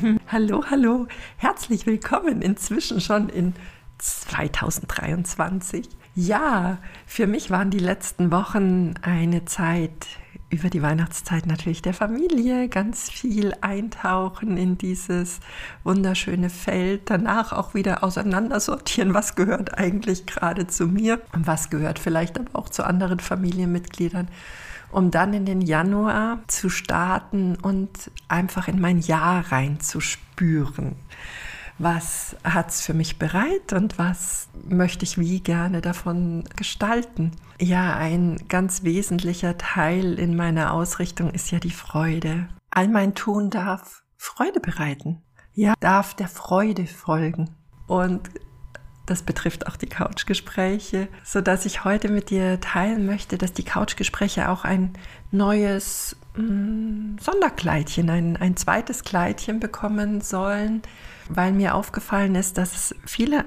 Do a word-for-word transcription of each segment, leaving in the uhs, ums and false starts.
Hallo, hallo, herzlich willkommen inzwischen schon in zweitausenddreiundzwanzig. Ja, für mich waren die letzten Wochen eine Zeit über die Weihnachtszeit natürlich der Familie, ganz viel eintauchen in dieses wunderschöne Feld, danach auch wieder auseinandersortieren, was gehört eigentlich gerade zu mir und was gehört vielleicht aber auch zu anderen Familienmitgliedern, um dann in den Januar zu starten und einfach in mein Jahr reinzuspüren. Was hat es für mich bereit und was möchte ich wie gerne davon gestalten? Ja, ein ganz wesentlicher Teil in meiner Ausrichtung ist ja die Freude. All mein Tun darf Freude bereiten. Ja, darf der Freude folgen. Und das betrifft auch die Couchgespräche, sodass ich heute mit dir teilen möchte, dass die Couchgespräche auch ein neues mh, Sonderkleidchen, ein, ein zweites Kleidchen bekommen sollen, weil mir aufgefallen ist, dass es viele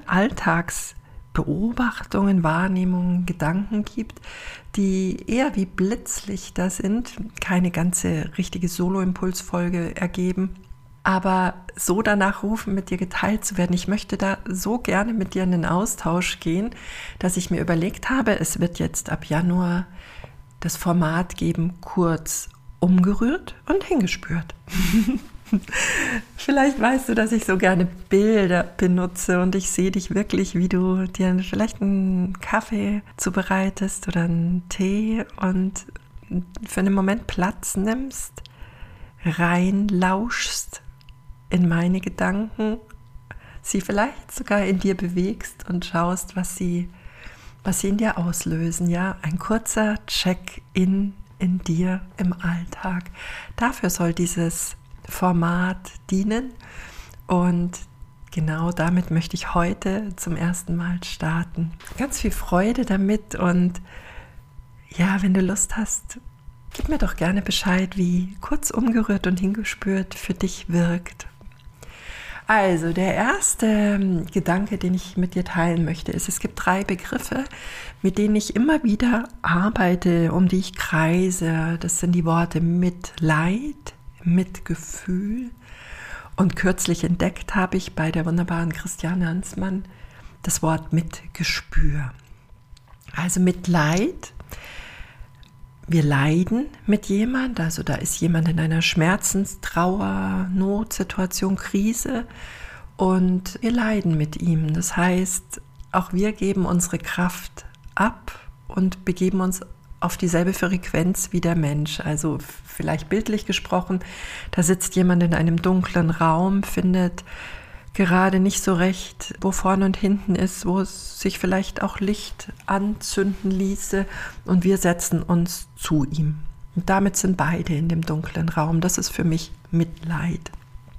Alltagsbeobachtungen, Wahrnehmungen, Gedanken gibt, die eher wie Blitzlichter sind, keine ganze richtige Solo-Impulsfolge ergeben, aber so danach rufen, mit dir geteilt zu werden. Ich möchte da so gerne mit dir in den Austausch gehen, dass ich mir überlegt habe, es wird jetzt ab Januar das Format geben, kurz umgerührt und hingespürt. Vielleicht weißt du, dass ich so gerne Bilder benutze und ich sehe dich wirklich, wie du dir vielleicht einen Kaffee zubereitest oder einen Tee und für einen Moment Platz nimmst, reinlauschst in meine Gedanken, sie vielleicht sogar in dir bewegst und schaust, was sie, was sie in dir auslösen. Ja, ein kurzer Check-in in dir im Alltag. Dafür soll dieses Format dienen und genau damit möchte ich heute zum ersten Mal starten. Ganz viel Freude damit und ja, wenn du Lust hast, gib mir doch gerne Bescheid, wie kurz umgerührt und hingespürt für dich wirkt. Also der erste Gedanke, den ich mit dir teilen möchte, ist, es gibt drei Begriffe, mit denen ich immer wieder arbeite, um die ich kreise. Das sind die Worte Mitleid, Mitgefühl und kürzlich entdeckt habe ich bei der wunderbaren Christiane Hansmann das Wort Mitgespür. Also Mitleid. Wir leiden mit jemand, also da ist jemand in einer Schmerzens-, Trauer-, Notsituation, Krise und wir leiden mit ihm. Das heißt, auch wir geben unsere Kraft ab und begeben uns auf dieselbe Frequenz wie der Mensch. Also vielleicht bildlich gesprochen, da sitzt jemand in einem dunklen Raum, findet gerade nicht so recht, wo vorne und hinten ist, wo es sich vielleicht auch Licht anzünden ließe und wir setzen uns zu ihm. Und damit sind beide in dem dunklen Raum. Das ist für mich Mitleid.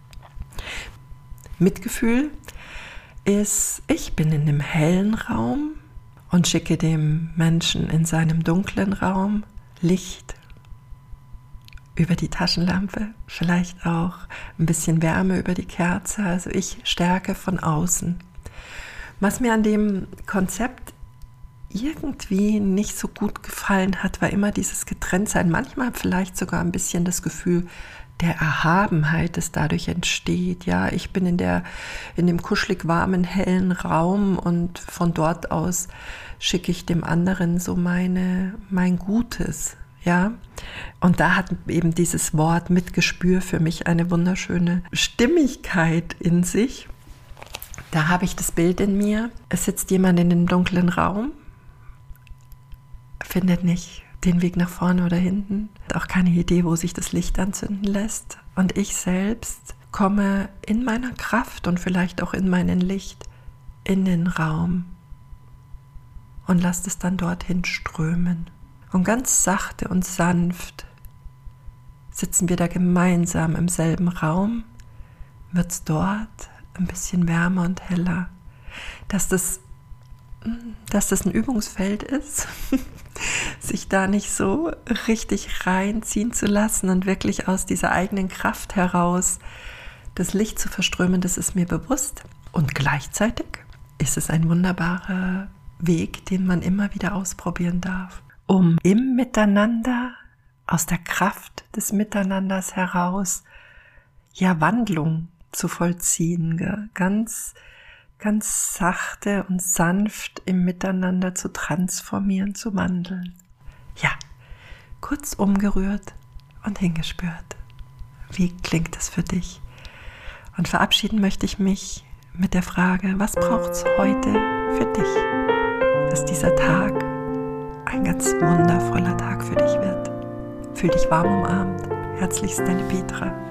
Mitgefühl ist, ich bin in dem hellen Raum und schicke dem Menschen in seinem dunklen Raum Licht über die Taschenlampe, vielleicht auch ein bisschen Wärme über die Kerze, also ich stärke von außen. Was mir an dem Konzept irgendwie nicht so gut gefallen hat, war immer dieses Getrenntsein, manchmal vielleicht sogar ein bisschen das Gefühl der Erhabenheit, das dadurch entsteht. Ja, ich bin in der, in dem kuschelig warmen, hellen Raum und von dort aus schicke ich dem anderen so meine, mein Gutes. Ja, und da hat eben dieses Wort Mitgespür für mich eine wunderschöne Stimmigkeit in sich. Da habe ich das Bild in mir. Es sitzt jemand in dem dunklen Raum, findet nicht den Weg nach vorne oder hinten, hat auch keine Idee, wo sich das Licht anzünden lässt. Und ich selbst komme in meiner Kraft und vielleicht auch in meinem Licht in den Raum und lasse es dann dorthin strömen. Und ganz sachte und sanft sitzen wir da gemeinsam im selben Raum, wird es dort ein bisschen wärmer und heller. Dass das, dass das ein Übungsfeld ist, sich da nicht so richtig reinziehen zu lassen und wirklich aus dieser eigenen Kraft heraus das Licht zu verströmen, das ist mir bewusst. Und gleichzeitig ist es ein wunderbarer Weg, den man immer wieder ausprobieren darf, um im Miteinander, aus der Kraft des Miteinanders heraus, ja, Wandlung zu vollziehen, gell? ganz, ganz sachte und sanft im Miteinander zu transformieren, zu wandeln. Ja, kurz umgerührt und hingespürt. Wie klingt das für dich? Und verabschieden möchte ich mich mit der Frage, was braucht es heute für dich, dass dieser Tag ein ganz wundervoller Tag für dich wird. Fühl dich warm umarmt. Herzlichst, deine Petra.